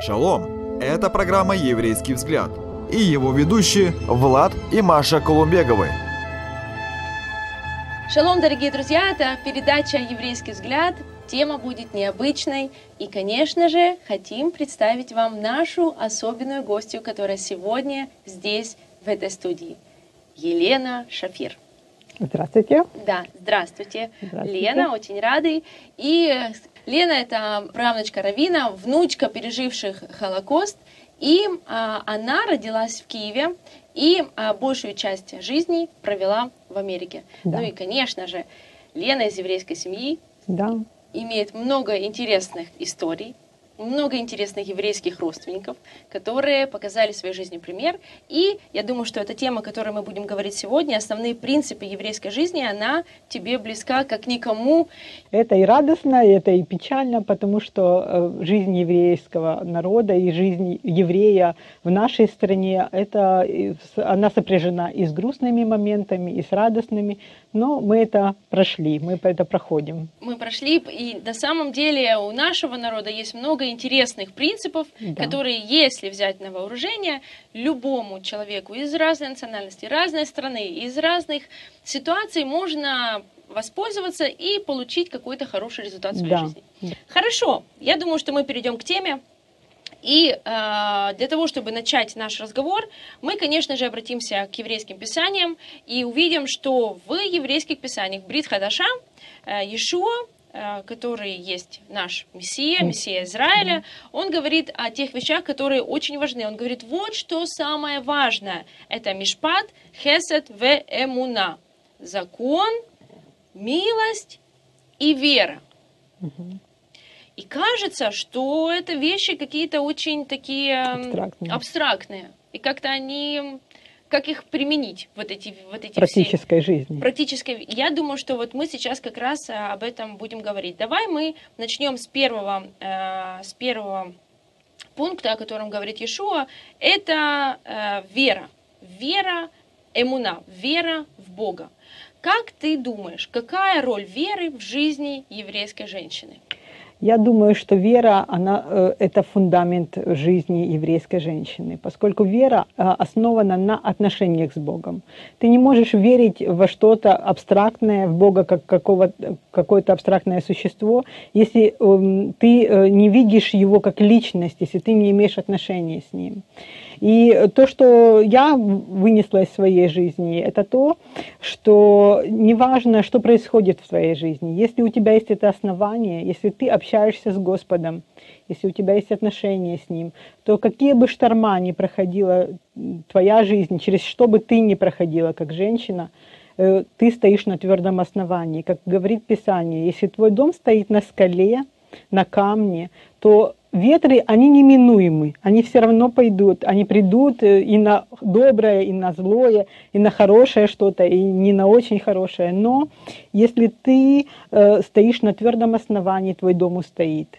Шалом! Это программа «Еврейский взгляд» и его ведущие Влад и Маша Колумбеговы. Шалом, дорогие друзья, это передача «Еврейский взгляд». Тема будет необычной. И, конечно же, хотим представить вам нашу особенную гостью, которая сегодня здесь, в этой студии. Елена Шафир. Здравствуйте. Да, здравствуйте. Здравствуйте. Лена, очень рады. И Лена – это правнучка раввина, внучка переживших Холокост. И она родилась в Киеве и большую часть жизни провела в Америке. Да. Ну и, конечно же, Лена из еврейской семьи. Да. Имеет много интересных историй, много интересных еврейских родственников, которые показали в своей жизни пример. И я думаю, что эта тема, о которой мы будем говорить сегодня, основные принципы еврейской жизни, она тебе близка как никому. Это и радостно, это и печально, потому что жизнь еврейского народа и жизнь еврея в нашей стране, она сопряжена и с грустными моментами, и с радостными, но мы это прошли, мы это проходим. Мы прошли, и на самом деле у нашего народа есть много интересных принципов, Да. которые, если взять на вооружение, любому человеку из разной национальности, разной страны, из разных ситуаций можно воспользоваться и получить какой-то хороший результат в своей Да. жизни. Хорошо, я думаю, что мы перейдем к теме. И для того, чтобы начать наш разговор, мы, конечно же, обратимся к еврейским писаниям и увидим, что в еврейских писаниях Брит Хадаша Иешуа, который есть наш Мессия Израиля, он говорит о тех вещах, которые очень важны. Он говорит, вот что самое важное. Это мишпат, хесед, ве эмуна. Закон, милость и вера. И кажется, что это вещи какие-то очень такие абстрактные. И как-то как их применить, вот эти Практической жизни. Практической. Я думаю, что вот мы сейчас как раз об этом будем говорить. Давай мы начнем с первого пункта, о котором говорит Иешуа. Это вера. Вера, эмуна, вера в Бога. Как ты думаешь, какая роль веры в жизни еврейской женщины? Я думаю, что вера, это фундамент жизни еврейской женщины, поскольку вера основана на отношениях с Богом. Ты не можешь верить во что-то абстрактное, в Бога как какое-то абстрактное существо, если ты не видишь Его как личность, если ты не имеешь отношения с Ним. И то, что я вынесла из своей жизни, это то, что неважно, что происходит в твоей жизни, если у тебя есть это основание, если ты общаешься с Господом, если у тебя есть отношения с Ним, то какие бы шторма ни проходила твоя жизнь, через что бы ты ни проходила как женщина, ты стоишь на твердом основании. Как говорит Писание, если твой дом стоит на скале, на камне, то ветры, они неминуемы, они все равно пойдут, они придут и на доброе, и на злое, и на хорошее что-то, и не на очень хорошее. Но если ты стоишь на твердом основании, твой дом устоит.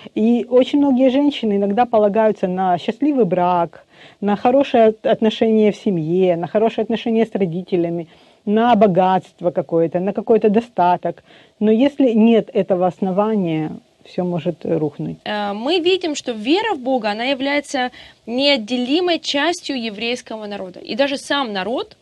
И очень многие женщины иногда полагаются на счастливый брак, на хорошее отношение в семье, на хорошее отношение с родителями, на богатство какое-то, на какой-то достаток. Но если нет этого основания, все может рухнуть. Мы видим, что вера в Бога, она является неотделимой частью еврейского народа. И даже сам народ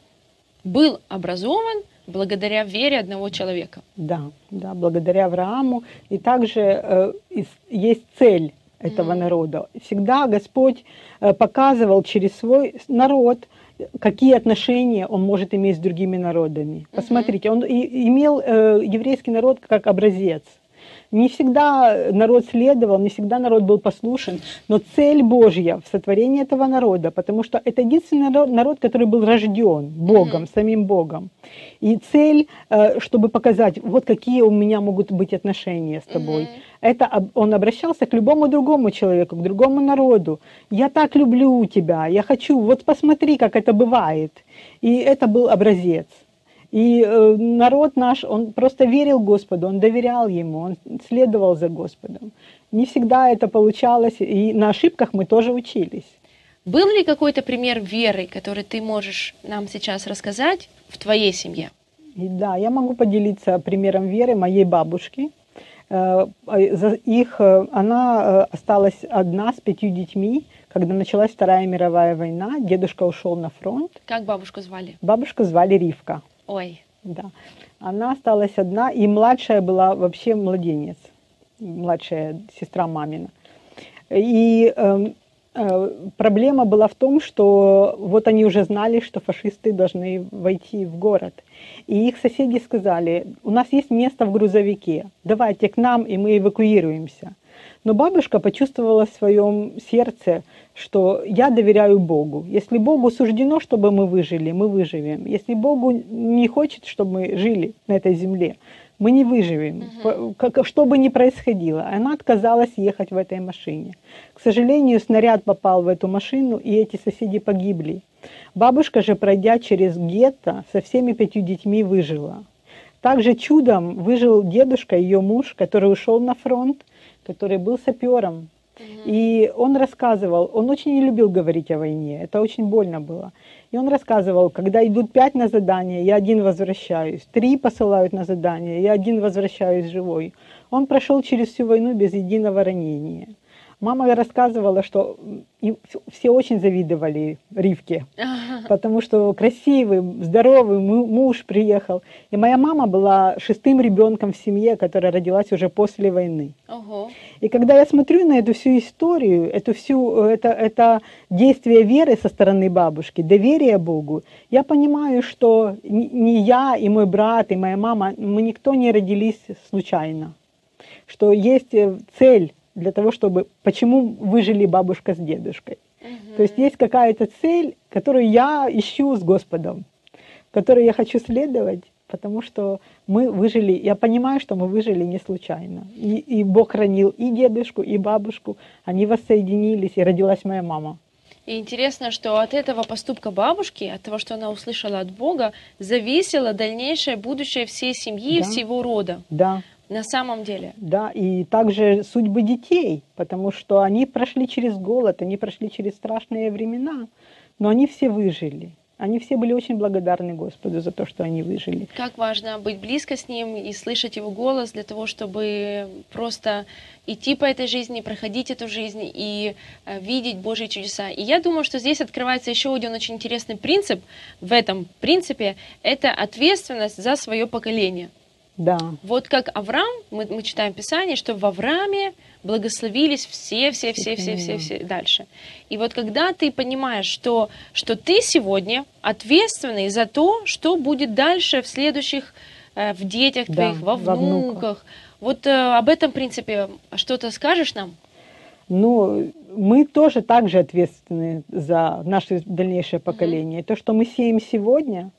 был образован благодаря вере одного человека. Да, благодаря Аврааму. И также есть цель этого народа. Всегда Господь показывал через свой народ, какие отношения он может иметь с другими народами. Посмотрите, он имел еврейский народ как образец. Не всегда народ следовал, не всегда народ был послушен, но цель Божья в сотворении этого народа, потому что это единственный народ, который был рожден Богом, самим Богом. И цель, чтобы показать, вот какие у меня могут быть отношения с тобой. Это он обращался к любому другому человеку, к другому народу. Я так люблю тебя, я хочу, вот посмотри, как это бывает. И это был образец. И народ наш, он просто верил Господу, он доверял Ему, он следовал за Господом. Не всегда это получалось, и на ошибках мы тоже учились. Был ли какой-то пример веры, который ты можешь нам сейчас рассказать в твоей семье? И да, я могу поделиться примером веры моей бабушки. Она осталась одна с 5 детьми, когда началась Вторая мировая война. Дедушка ушел на фронт. Как бабушку звали? Бабушку звали Ривка. Ой. Да. Она осталась одна, и младшая была вообще младенец, младшая сестра мамина. И проблема была в том, что вот они уже знали, что фашисты должны войти в город. И их соседи сказали: у нас есть место в грузовике, давайте к нам, и мы эвакуируемся. Но бабушка почувствовала в своем сердце, что я доверяю Богу. Если Богу суждено, чтобы мы выжили, мы выживем. Если Богу не хочет, чтобы мы жили на этой земле, мы не выживем, что бы ни происходило. Она отказалась ехать в этой машине. К сожалению, снаряд попал в эту машину, и эти соседи погибли. Бабушка же, пройдя через гетто, со всеми 5 детьми выжила. Также чудом выжил дедушка, ее муж, который ушел на фронт, который был сапером. И он рассказывал, он очень не любил говорить о войне, это очень больно было. И он рассказывал, когда идут 5 на задание, я один возвращаюсь, 3 посылают на задание, я один возвращаюсь живой. Он прошел через всю войну без единого ранения. Мама рассказывала, что все очень завидовали Ривке, потому что красивый, здоровый муж приехал. И моя мама была 6-м ребенком в семье, которая родилась уже после войны. Ого. И когда я смотрю на эту всю историю, это действие веры со стороны бабушки, доверие Богу, я понимаю, что ни я, и мой брат, и моя мама, мы никто не родились случайно. Что есть цель для того, чтобы... Почему выжили бабушка с дедушкой? То есть есть какая-то цель, которую я ищу с Господом, которой я хочу следовать, потому что мы выжили, я понимаю, что мы выжили не случайно. И Бог хранил и дедушку, и бабушку, они воссоединились, и родилась моя мама. И интересно, что от этого поступка бабушки, от того, что она услышала от Бога, зависело дальнейшее будущее всей семьи, Да. всего рода. Да. На самом деле. Да, и также судьбы детей, потому что они прошли через голод, они прошли через страшные времена, но они все выжили. Они все были очень благодарны Господу за то, что они выжили. Как важно быть близко с Ним и слышать Его голос для того, чтобы просто идти по этой жизни, проходить эту жизнь и видеть Божьи чудеса. И я думаю, что здесь открывается еще один очень интересный принцип. В этом принципе это ответственность за свое поколение. Да. Вот как Авраам, мы читаем в Писании, что в Аврааме благословились все дальше. И вот когда ты понимаешь, что ты сегодня ответственный за то, что будет дальше в следующих, в детях твоих, во внуках. Вот об этом принципе что-то скажешь нам? Ну, мы тоже также ответственны за наше дальнейшее поколение. То, что мы сеем сегодня,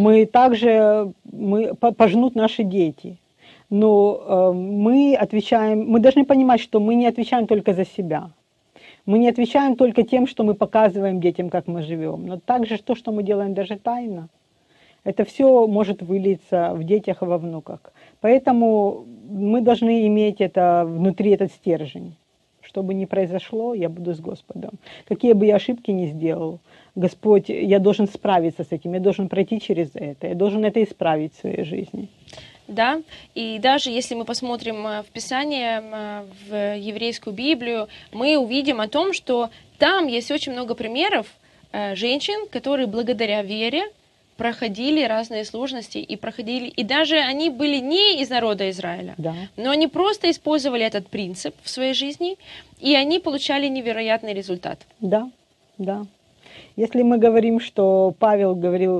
пожнут наши дети. Но мы отвечаем, мы должны понимать, что мы не отвечаем только за себя. Мы не отвечаем только тем, что мы показываем детям, как мы живем. Но также то, что мы делаем даже тайно, это все может вылиться в детях и во внуках. Поэтому мы должны иметь это внутри, этот стержень. Что бы ни произошло, я буду с Господом. Какие бы я ошибки ни сделал, Господь, я должен справиться с этим, я должен пройти через это, я должен это исправить в своей жизни. Да, и даже если мы посмотрим в Писание, в еврейскую Библию, мы увидим о том, что там есть очень много примеров женщин, которые благодаря вере проходили разные сложности и даже они были не из народа Израиля, Да. но они просто использовали этот принцип в своей жизни, и они получали невероятный результат. Да, да. Если мы говорим, что Павел говорил,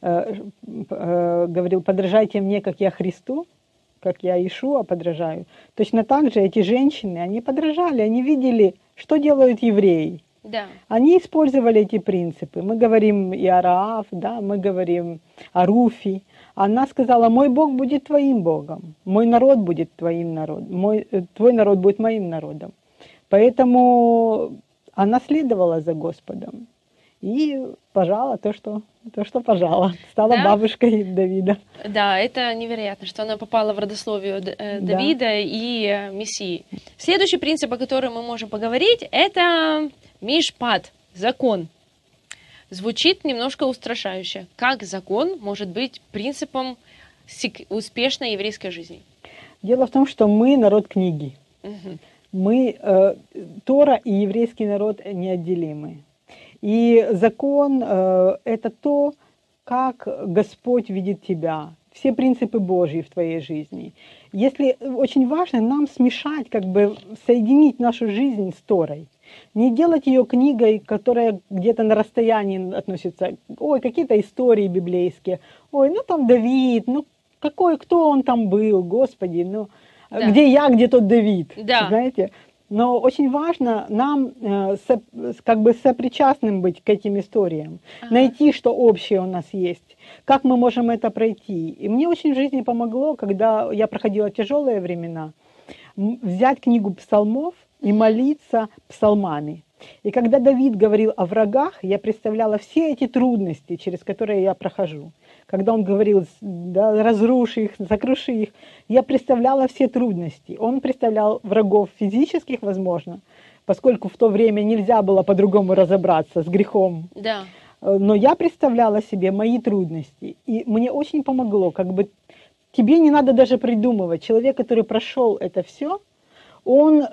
подражайте мне, как я Христу, как я Иешуа подражаю, точно так же эти женщины, они подражали, они видели, что делают евреи. Да. Они использовали эти принципы. Мы говорим и о Раав, да, мы говорим о Руфи. Она сказала: мой Бог будет твоим Богом, мой народ будет твоим народом, твой народ будет моим народом. Поэтому она следовала за Господом и пожала то, что пожала. Стала бабушкой Давида. Да, это невероятно, что она попала в родословие Давида и Мессии. Следующий принцип, о котором мы можем поговорить, это мишпат, закон. Звучит немножко устрашающе. Как закон может быть принципом успешной еврейской жизни? Дело в том, что мы народ книги. Мгм. Мы, Тора и еврейский народ неотделимы. И закон это то, как Господь видит тебя, все принципы Божьи в твоей жизни. Если очень важно нам смешать, как бы соединить нашу жизнь с Торой. Не делать ее книгой, которая где-то на расстоянии относится. Ой, какие-то истории библейские. Ой, ну там Давид, ну кто он там был, Господи, ну Да. где я, где тот Давид, Да. знаете. Но очень важно нам как бы сопричастным быть к этим историям, Ага. найти, что общее у нас есть, как мы можем это пройти. И мне очень в жизни помогло, когда я проходила тяжелые времена, взять книгу псалмов и молиться псалмами. И когда Давид говорил о врагах, я представляла все эти трудности, через которые я прохожу. Когда он говорил, да, разруши их, сокруши их, я представляла все трудности. Он представлял врагов физических, возможно, поскольку в то время нельзя было по-другому разобраться с грехом. Да. Но я представляла себе мои трудности. И мне очень помогло, как бы тебе не надо даже придумывать. Человек, который прошел это все, он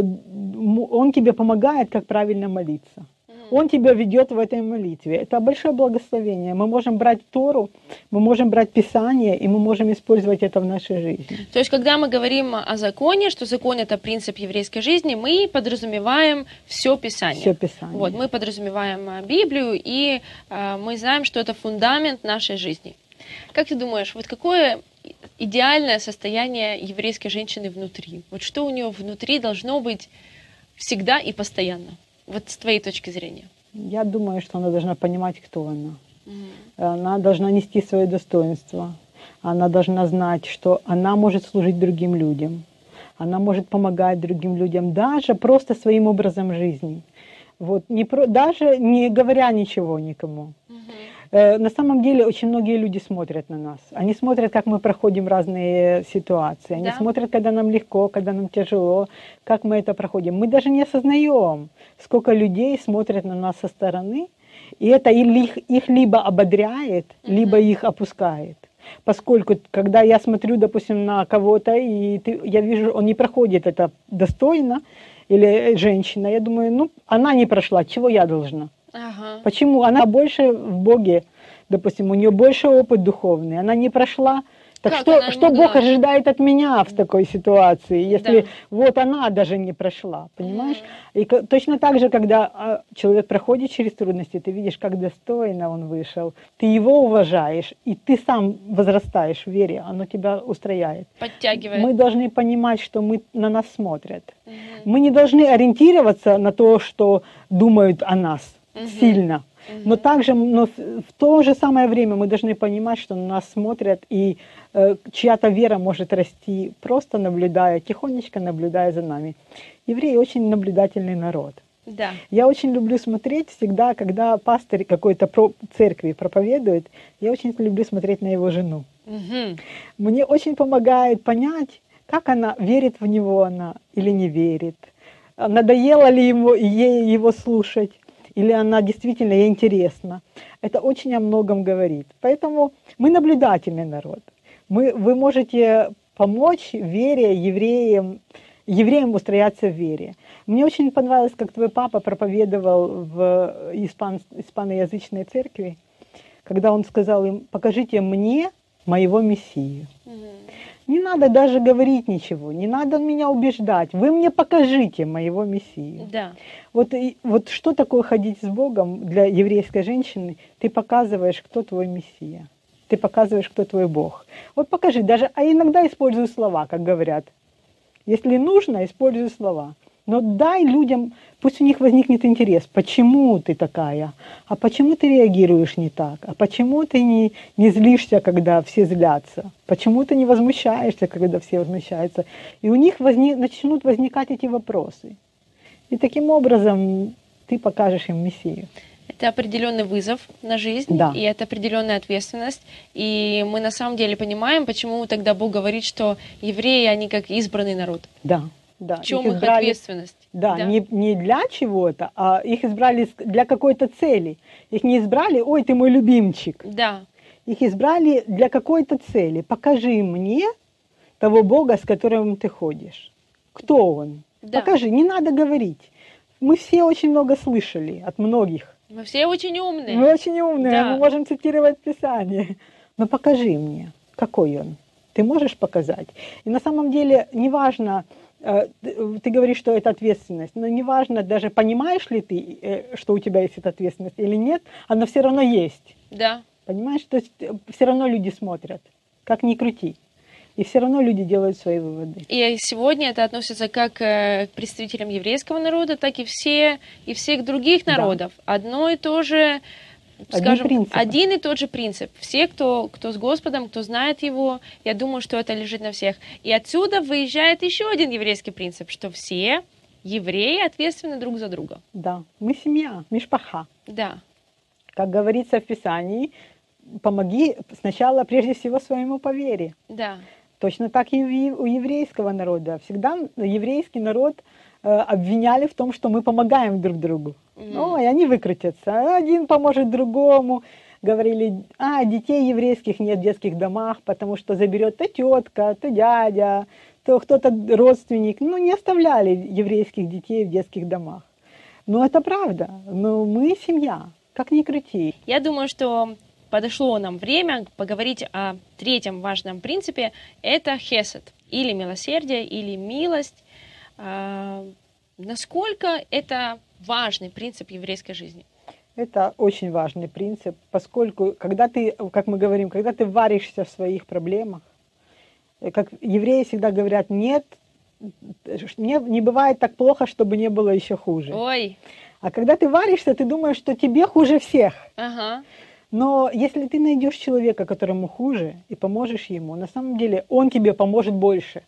тебе помогает, как правильно молиться. Он тебя ведет в этой молитве. Это большое благословение. Мы можем брать Тору, мы можем брать Писание, и мы можем использовать это в нашей жизни. То есть, когда мы говорим о законе, что закон это принцип еврейской жизни, мы подразумеваем все Писание. Все Писание. Вот, мы подразумеваем Библию, и мы знаем, что это фундамент нашей жизни. Как ты думаешь, вот какое идеальное состояние еврейской женщины внутри? Вот что у нее внутри должно быть всегда и постоянно? Вот с твоей точки зрения. Я думаю, что она должна понимать, кто она. Она должна нести свое достоинство. Она должна знать, что она может служить другим людям. Она может помогать другим людям даже просто своим образом жизни. Вот, даже не говоря ничего никому. На самом деле очень многие люди смотрят на нас. Они смотрят, как мы проходим разные ситуации. Они Да. смотрят, когда нам легко, когда нам тяжело, как мы это проходим. Мы даже не осознаем, сколько людей смотрят на нас со стороны, и это их либо ободряет, либо их опускает. Поскольку, когда я смотрю, допустим, на кого-то, и я вижу, он не проходит это достойно, или женщина, я думаю, ну, она не прошла, чего я должна? Ага. Почему? Она больше в Боге, допустим, у нее больше опыт духовный, она не прошла. Так Как она не что могла? Бог ожидает от меня в такой ситуации, если Да. вот она даже не прошла, понимаешь? И точно так же, когда человек проходит через трудности, ты видишь, как достойно он вышел, ты его уважаешь, и ты сам возрастаешь в вере, оно тебя устрояет. Подтягивает. Мы должны понимать, что на нас смотрят. Мы не должны ориентироваться на то, что думают о нас сильно. Но также, в то же самое время мы должны понимать, что на нас смотрят, и чья-то вера может расти, просто наблюдая, тихонечко наблюдая за нами. Евреи очень наблюдательный народ. Да. Я очень люблю смотреть всегда, когда пастырь какой-то церкви проповедует, я очень люблю смотреть на его жену. Мгм. Мне очень помогает понять, как она верит в него она или не верит. Надоело ли ей его слушать, или она действительно ей интересна. Это очень о многом говорит. Поэтому мы наблюдательный народ. Вы можете помочь вере, евреям устрояться в вере. Мне очень понравилось, как твой папа проповедовал в испаноязычной церкви, когда он сказал им: покажите мне моего Мессию. Не надо даже говорить ничего, не надо меня убеждать. Вы мне покажите моего Мессию. Да. Вот что такое ходить с Богом для еврейской женщины? Ты показываешь, кто твой Мессия. Ты показываешь, кто твой Бог. Вот покажи, а иногда использую слова, как говорят. Если нужно, используй слова. Но дай людям, пусть у них возникнет интерес, почему ты такая, а почему ты реагируешь не так, а почему ты не злишься, когда все злятся, почему ты не возмущаешься, когда все возмущаются. И у них начнут возникать эти вопросы. И таким образом ты покажешь им Мессию. Это определенный вызов на жизнь, Да. и это определенная ответственность. И мы на самом деле понимаем, почему тогда Бог говорит, что евреи, они как избранный народ. Да, да. В чем Их их избрали- ответственность? Да, не для чего-то, а их избрали для какой-то цели. Их не избрали: ой, ты мой любимчик. Да. Их избрали для какой-то цели. Покажи мне того Бога, с которым ты ходишь. Кто Он? Да. Покажи, не надо говорить. Мы все очень много слышали от многих. Мы все очень умные. Мы очень умные, Да. мы можем цитировать Писание. Но покажи мне, какой Он. Ты можешь показать? И на самом деле неважно, ты говоришь, что это ответственность, но неважно даже, понимаешь ли ты, что у тебя есть эта ответственность или нет, она все равно есть. Да. Понимаешь? То есть все равно люди смотрят, как ни крути. И все равно люди делают свои выводы. И сегодня это относится как к представителям еврейского народа, так и всех других Да. народов. Одно и то же, Одни скажем, принципы. один и тот же принцип. Все, кто с Господом, кто знает Его, я думаю, что это лежит на всех. И отсюда выезжает еще один еврейский принцип, что все евреи ответственны друг за друга. Да, мы семья, мишпаха. Да, Как говорится в Писании, помоги сначала прежде всего своему по вере. да. Точно так и у еврейского народа. Всегда еврейский народ обвиняли в том, что мы помогаем друг другу. Ой, они выкрутятся. Один поможет другому. Говорили, детей еврейских нет в детских домах, потому что заберет то тетка, то дядя, то кто-то родственник. Не оставляли еврейских детей в детских домах. Но это правда. Но мы семья, как ни крути. Я думаю, что подошло нам время поговорить о третьем важном принципе. Это хесед, или милосердие, или милость. Насколько это важный принцип еврейской жизни? Это очень важный принцип, поскольку, когда ты, как мы говорим, когда ты варишься в своих проблемах, как евреи всегда говорят, нет, не бывает так плохо, чтобы не было еще хуже. Ой, А когда ты варишься, ты думаешь, что тебе хуже всех. ага, Но если ты найдешь человека, которому хуже, и поможешь ему, на самом деле он тебе поможет больше.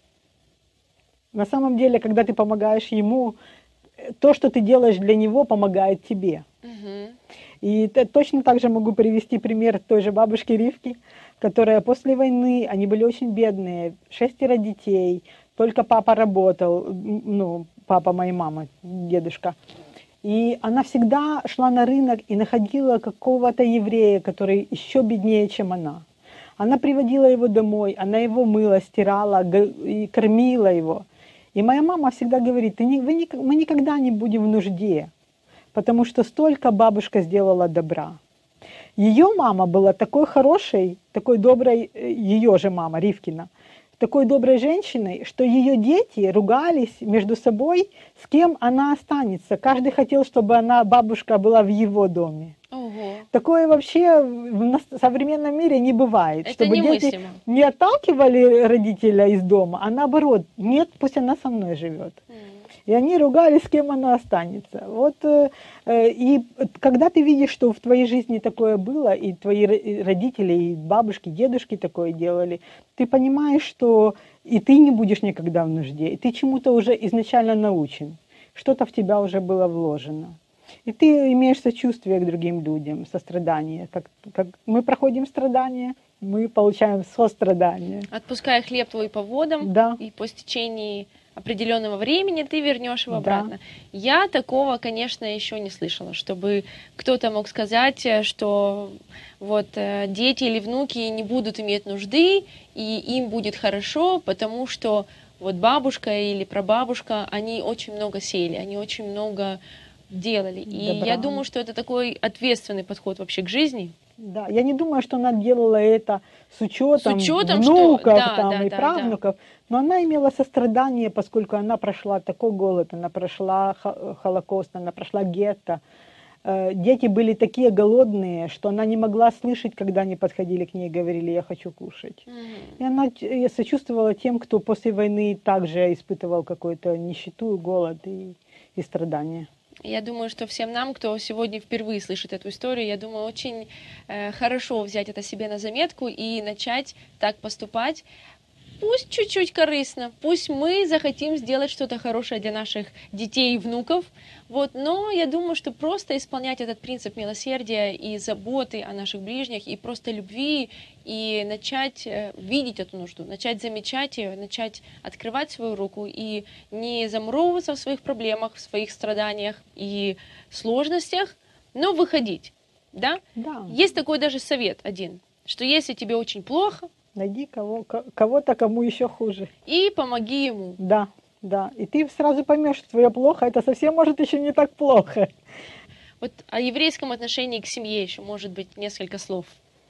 На самом деле, когда ты помогаешь ему, то, что ты делаешь для него, помогает тебе. мгм, И точно так же могу привести пример той же бабушки Ривки, которая после войны, они были очень бедные, 6 детей, только папа работал, папа моей мамы, дедушка. И она всегда шла на рынок и находила какого-то еврея, который еще беднее, чем она. Она приводила его домой, она его мыла, стирала и кормила его. И моя мама всегда говорит, мы никогда не будем в нужде, потому что столько бабушка сделала добра. Ее мама была такой хорошей, такой доброй, ее же мама, Ривкина, такой доброй женщиной, что ее дети ругались между собой, с кем она останется. Каждый хотел, чтобы бабушка была в его доме. ого, Такое вообще в современном мире не бывает. это Чтобы дети немыслимо. не отталкивали родителя из дома, а наоборот, нет, пусть она со мной живет. И они ругались, с кем она останется. И когда ты видишь, что в твоей жизни такое было, и твои родители, и бабушки, дедушки такое делали, ты понимаешь, что и ты не будешь никогда в нужде, и ты чему-то уже изначально научен, что-то в тебя уже было вложено. И ты имеешь сочувствие к другим людям, сострадание. Как мы проходим страдания, мы получаем сострадание. Отпуская хлеб твой по водам, Да. и по стечении определенного времени ты вернешь его Да. обратно. Я такого, конечно, еще не слышала, чтобы кто-то мог сказать, что дети или внуки не будут иметь нужды, и им будет хорошо, потому что бабушка или прабабушка, они очень много сеяли, они очень много делали. И Добра. я думаю, что это такой ответственный подход вообще к жизни. Да, я не думаю, что она делала это с учетом учетом, внуков да, и да, правнуков, но она имела сострадание, поскольку она прошла такой голод, она прошла Холокост, она прошла гетто. Дети были такие голодные, что она не могла слышать, когда они подходили к ней и говорили: «Я хочу кушать». И она сочувствовала тем, кто после войны также испытывал какую-то нищету, голод и страдания. Я думаю, что всем нам, кто сегодня впервые слышит эту историю, я думаю, очень хорошо взять это себе на заметку и начать так поступать. Пусть чуть-чуть корыстно, пусть мы захотим сделать что-то хорошее для наших детей и внуков, но я думаю, что просто исполнять этот принцип милосердия и заботы о наших ближних, и просто любви, и начать видеть эту нужду, начать замечать ее, начать открывать свою руку и не замуровываться в своих проблемах, в своих страданиях и сложностях, но выходить. Да? Да. Есть такой даже совет один, что если тебе очень плохо, Найди кого-то, кому еще хуже. И помоги ему. Да, да. И ты сразу поймешь, что твое плохо, это совсем может еще не так плохо. Вот о еврейском отношении к семье еще, может быть, несколько слов.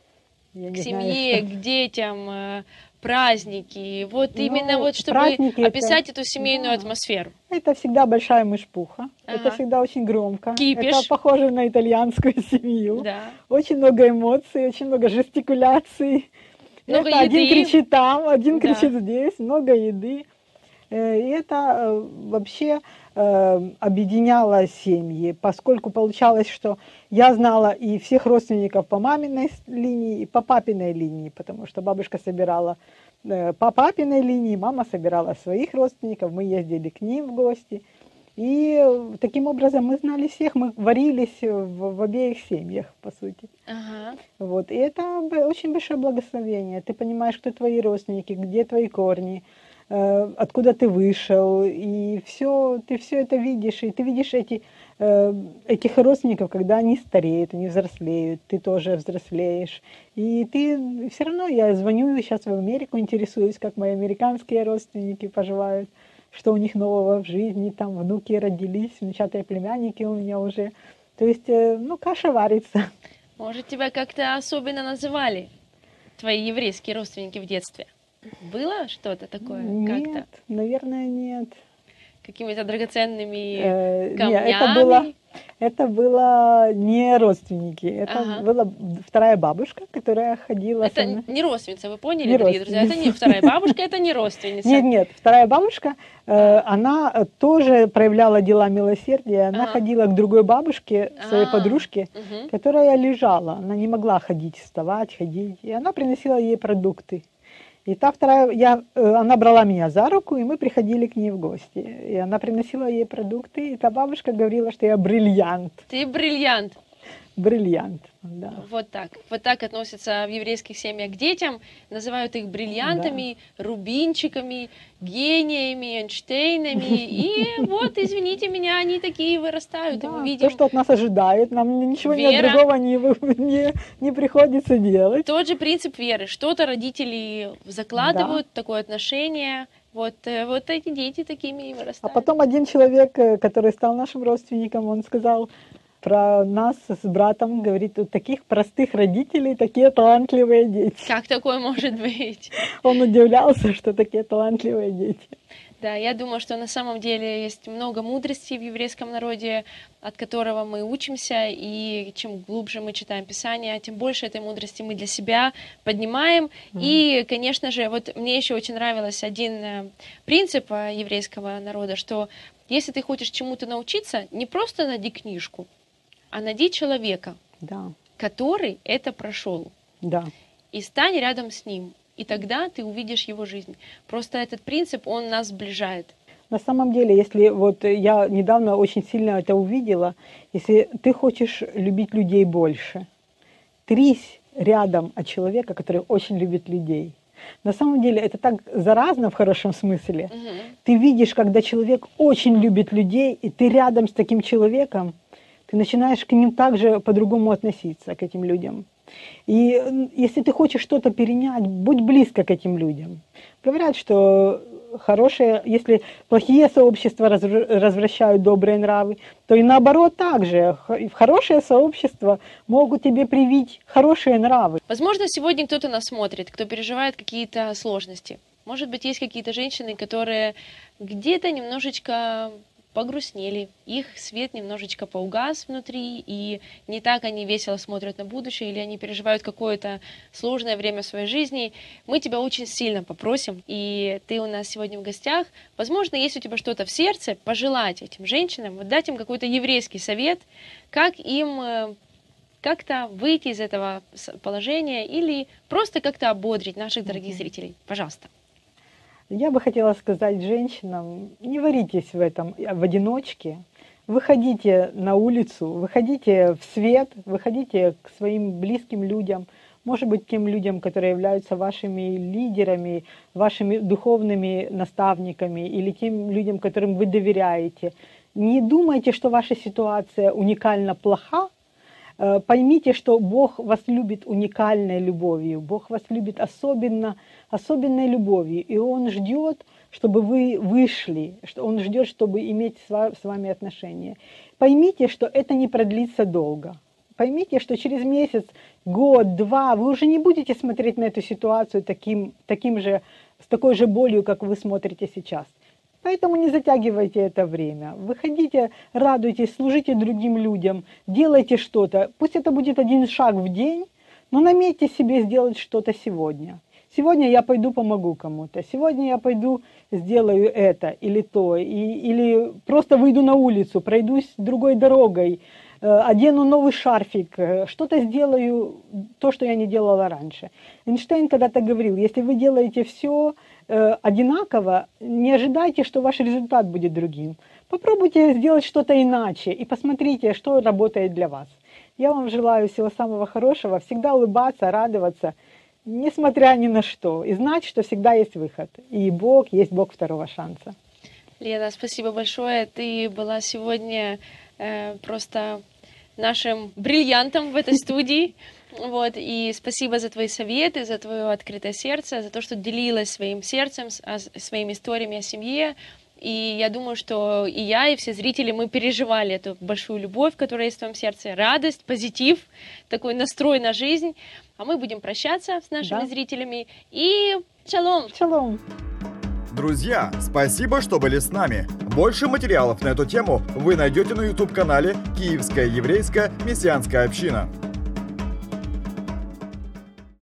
Я К не семье, знаю, к детям, праздники. Вот Ну, именно вот, чтобы праздники описать это- эту семейную да. атмосферу. Это всегда большая мышпуха, это Ага. всегда очень громко. Кипиш. Это похоже на итальянскую семью. Да. Очень много эмоций, очень много жестикуляций. Много Это один еды. кричит там, один Да. кричит здесь, много еды. И это вообще объединяло семьи, поскольку получалось, что я знала и всех родственников по маминой линии, и по папиной линии, потому что бабушка собирала по папиной линии, мама собирала своих родственников, мы ездили к ним в гости. И таким образом мы знали всех, мы варились в обеих семьях, по сути. Ага. Вот. И это очень большое благословение. Ты понимаешь, кто твои родственники, где твои корни, откуда ты вышел, и все, ты все это видишь, и ты видишь этих родственников, когда они стареют, они взрослеют, ты тоже взрослеешь. И ты все равно, я звоню сейчас в Америку, интересуюсь, как мои американские родственники поживают, что у них нового в жизни, там внуки родились, внучатые племянники у меня уже. То есть, каша варится. Может, тебя как-то особенно называли твои еврейские родственники в детстве? Было что-то такое Нет, как-то? наверное, нет. Какими-то драгоценными Нет, камнями? это было не родственники, это Ага. была вторая бабушка, которая ходила со Это мной. не родственница, вы поняли, Не дорогие друзья? Это не вторая бабушка, это не родственница. Нет, вторая бабушка, она тоже проявляла дела милосердия, она Ага. ходила к другой бабушке, своей А, подружке, мгм. которая лежала, она не могла ходить, вставать, ходить, и она приносила ей продукты. И та вторая, она брала меня за руку, и мы приходили к ней в гости. И она приносила ей продукты, и та бабушка говорила, что я бриллиант. Ты бриллиант. Бриллиант, да. Вот так. Вот так относятся в еврейских семьях к детям. Называют их бриллиантами, рубинчиками, гениями, Эйнштейнами. И вот, извините меня, они такие вырастают. И мы Да, видим то, что от нас ожидает, нам ничего Вера. другого не приходится делать. тот же принцип веры. Что-то родители закладывают, такое отношение. Вот эти дети такими и А вырастают. потом один человек, который стал нашим родственником, он сказал про нас с братом, говорит, у таких простых родителей такие талантливые дети. Как такое может быть? Он удивлялся, что такие талантливые дети. Да, я думаю, что на самом деле есть много мудрости в еврейском народе, от которого мы учимся, и чем глубже мы читаем Писание, тем больше этой мудрости мы для себя поднимаем. И, конечно же, вот мне еще очень нравился один принцип еврейского народа, что если ты хочешь чему-то научиться, не просто найди книжку, а найди человека, Да, который это прошел, да. и стань рядом с ним. И тогда ты увидишь его жизнь. Просто этот принцип, он нас сближает. На самом деле, если вот я недавно очень сильно это увидела, если ты хочешь любить людей больше, трись рядом от человека, который очень любит людей. На самом деле это так заразно в хорошем смысле. Мгм. Ты видишь, когда человек очень любит людей, и ты рядом с таким человеком, ты начинаешь к ним также по-другому относиться, к этим людям. И если ты хочешь что-то перенять, будь близко к этим людям. Говорят, что если плохие сообщества развращают добрые нравы, то и наоборот также. Хорошие сообщества могут тебе привить хорошие нравы. Возможно, сегодня кто-то нас смотрит, кто переживает какие-то сложности. Может быть, есть какие-то женщины, которые где-то немножечко погрустнели, их свет немножечко поугас внутри, и не так они весело смотрят на будущее, или они переживают какое-то сложное время в своей жизни. Мы тебя очень сильно попросим, и ты у нас сегодня в гостях. Возможно, есть у тебя что-то в сердце, пожелать этим женщинам, вот дать им какой-то еврейский совет, как им как-то выйти из этого положения или просто как-то ободрить наших дорогих зрителей. Пожалуйста. Я бы хотела сказать женщинам, не варитесь в одиночке, выходите на улицу, выходите в свет, выходите к своим близким людям, может быть, тем людям, которые являются вашими лидерами, вашими духовными наставниками или тем людям, которым вы доверяете. Не думайте, что ваша ситуация уникально плоха, Поймите, что Бог вас любит уникальной любовью, Бог вас любит особенной любовью, и Он ждет, чтобы вы вышли, что Он ждет, чтобы иметь с вами отношения. Поймите, что это не продлится долго. Поймите, что через месяц, год, два вы уже не будете смотреть на эту ситуацию с такой же болью, как вы смотрите сейчас. Поэтому не затягивайте это время. Выходите, радуйтесь, служите другим людям, делайте что-то. Пусть это будет один шаг в день, но наметьте себе сделать что-то сегодня. Сегодня я пойду помогу кому-то, сегодня я пойду сделаю это или то, или просто выйду на улицу, пройдусь другой дорогой, одену новый шарфик, что-то сделаю, то, что я не делала раньше. Эйнштейн когда-то говорил, если вы делаете все одинаково, не ожидайте, что ваш результат будет другим. Попробуйте сделать что-то иначе и посмотрите, что работает для вас. Я вам желаю всего самого хорошего, всегда улыбаться, радоваться, несмотря ни на что, и знать, что всегда есть выход. И Бог есть Бог второго шанса. Лена, спасибо большое. Ты была сегодня просто нашим бриллиантом в этой студии. Вот, и спасибо за твои советы, за твое открытое сердце, за то, что делилась своим сердцем, своими историями о семье. И я думаю, что и я, и все зрители, мы переживали эту большую любовь, которая есть в твоем сердце, радость, позитив, такой настрой на жизнь. А мы будем прощаться с нашими зрителями. И шалом! Шалом! Друзья, спасибо, что были с нами. Больше материалов на эту тему вы найдете на YouTube-канале «Киевская еврейская мессианская община».